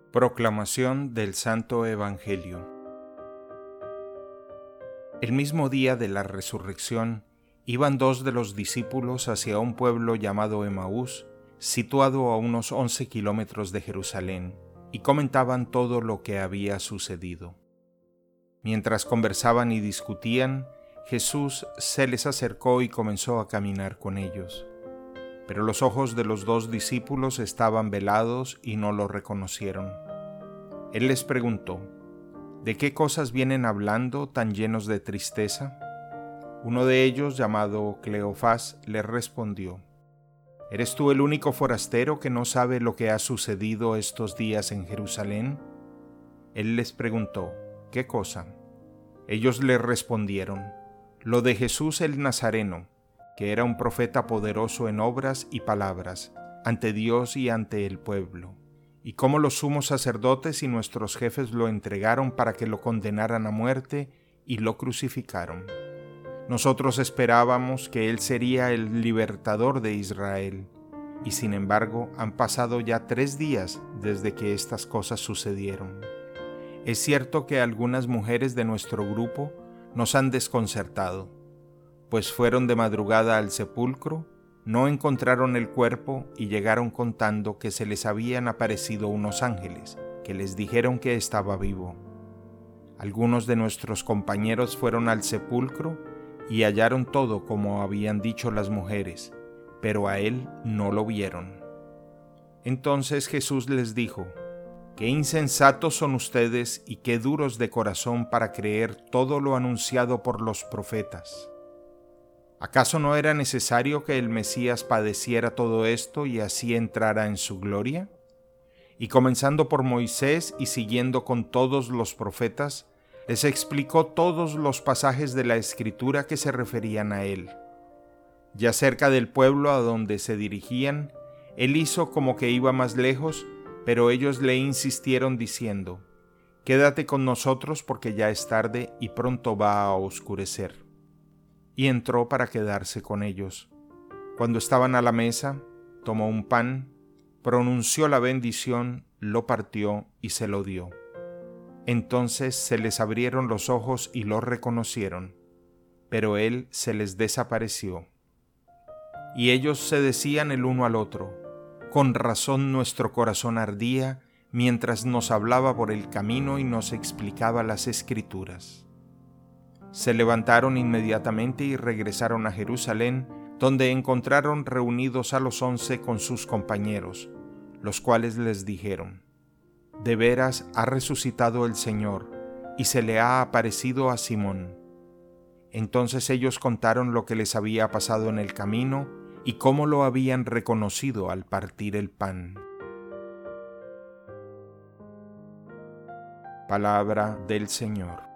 Proclamación del Santo Evangelio. El mismo día de la resurrección, iban dos de los discípulos hacia un pueblo llamado Emaús, situado a unos 11 kilómetros de Jerusalén, y comentaban todo lo que había sucedido. Mientras conversaban y discutían, Jesús se les acercó y comenzó a caminar con ellos. Pero los ojos de los dos discípulos estaban velados y no lo reconocieron. Él les preguntó: ¿de qué cosas vienen hablando tan llenos de tristeza? Uno de ellos, llamado Cleofás, le respondió: ¿eres tú el único forastero que no sabe lo que ha sucedido estos días en Jerusalén? Él les preguntó: ¿qué cosa? Ellos le respondieron: lo de Jesús el Nazareno, que era un profeta poderoso en obras y palabras, ante Dios y ante el pueblo, y cómo los sumos sacerdotes y nuestros jefes lo entregaron para que lo condenaran a muerte y lo crucificaron. Nosotros esperábamos que él sería el libertador de Israel, y sin embargo han pasado ya 3 días desde que estas cosas sucedieron. Es cierto que algunas mujeres de nuestro grupo nos han desconcertado, pues fueron de madrugada al sepulcro, no encontraron el cuerpo y llegaron contando que se les habían aparecido unos ángeles, que les dijeron que estaba vivo. Algunos de nuestros compañeros fueron al sepulcro y hallaron todo como habían dicho las mujeres, pero a él no lo vieron. Entonces Jesús les dijo: «Qué insensatos son ustedes y qué duros de corazón para creer todo lo anunciado por los profetas. ¿Acaso no era necesario que el Mesías padeciera todo esto y así entrara en su gloria? Y comenzando por Moisés y siguiendo con todos los profetas, les explicó todos los pasajes de la Escritura que se referían a él. Ya cerca del pueblo a donde se dirigían, él hizo como que iba más lejos, pero ellos le insistieron diciendo: «Quédate con nosotros porque ya es tarde y pronto va a oscurecer». Y entró para quedarse con ellos. Cuando estaban a la mesa, tomó un pan, pronunció la bendición, lo partió y se lo dio. Entonces se les abrieron los ojos y lo reconocieron, pero él se les desapareció. Y ellos se decían el uno al otro: «Con razón nuestro corazón ardía mientras nos hablaba por el camino y nos explicaba las Escrituras». Se levantaron inmediatamente y regresaron a Jerusalén, donde encontraron reunidos a los 11 con sus compañeros, los cuales les dijeron: «De veras ha resucitado el Señor, y se le ha aparecido a Simón». Entonces ellos contaron lo que les había pasado en el camino y cómo lo habían reconocido al partir el pan. Palabra del Señor.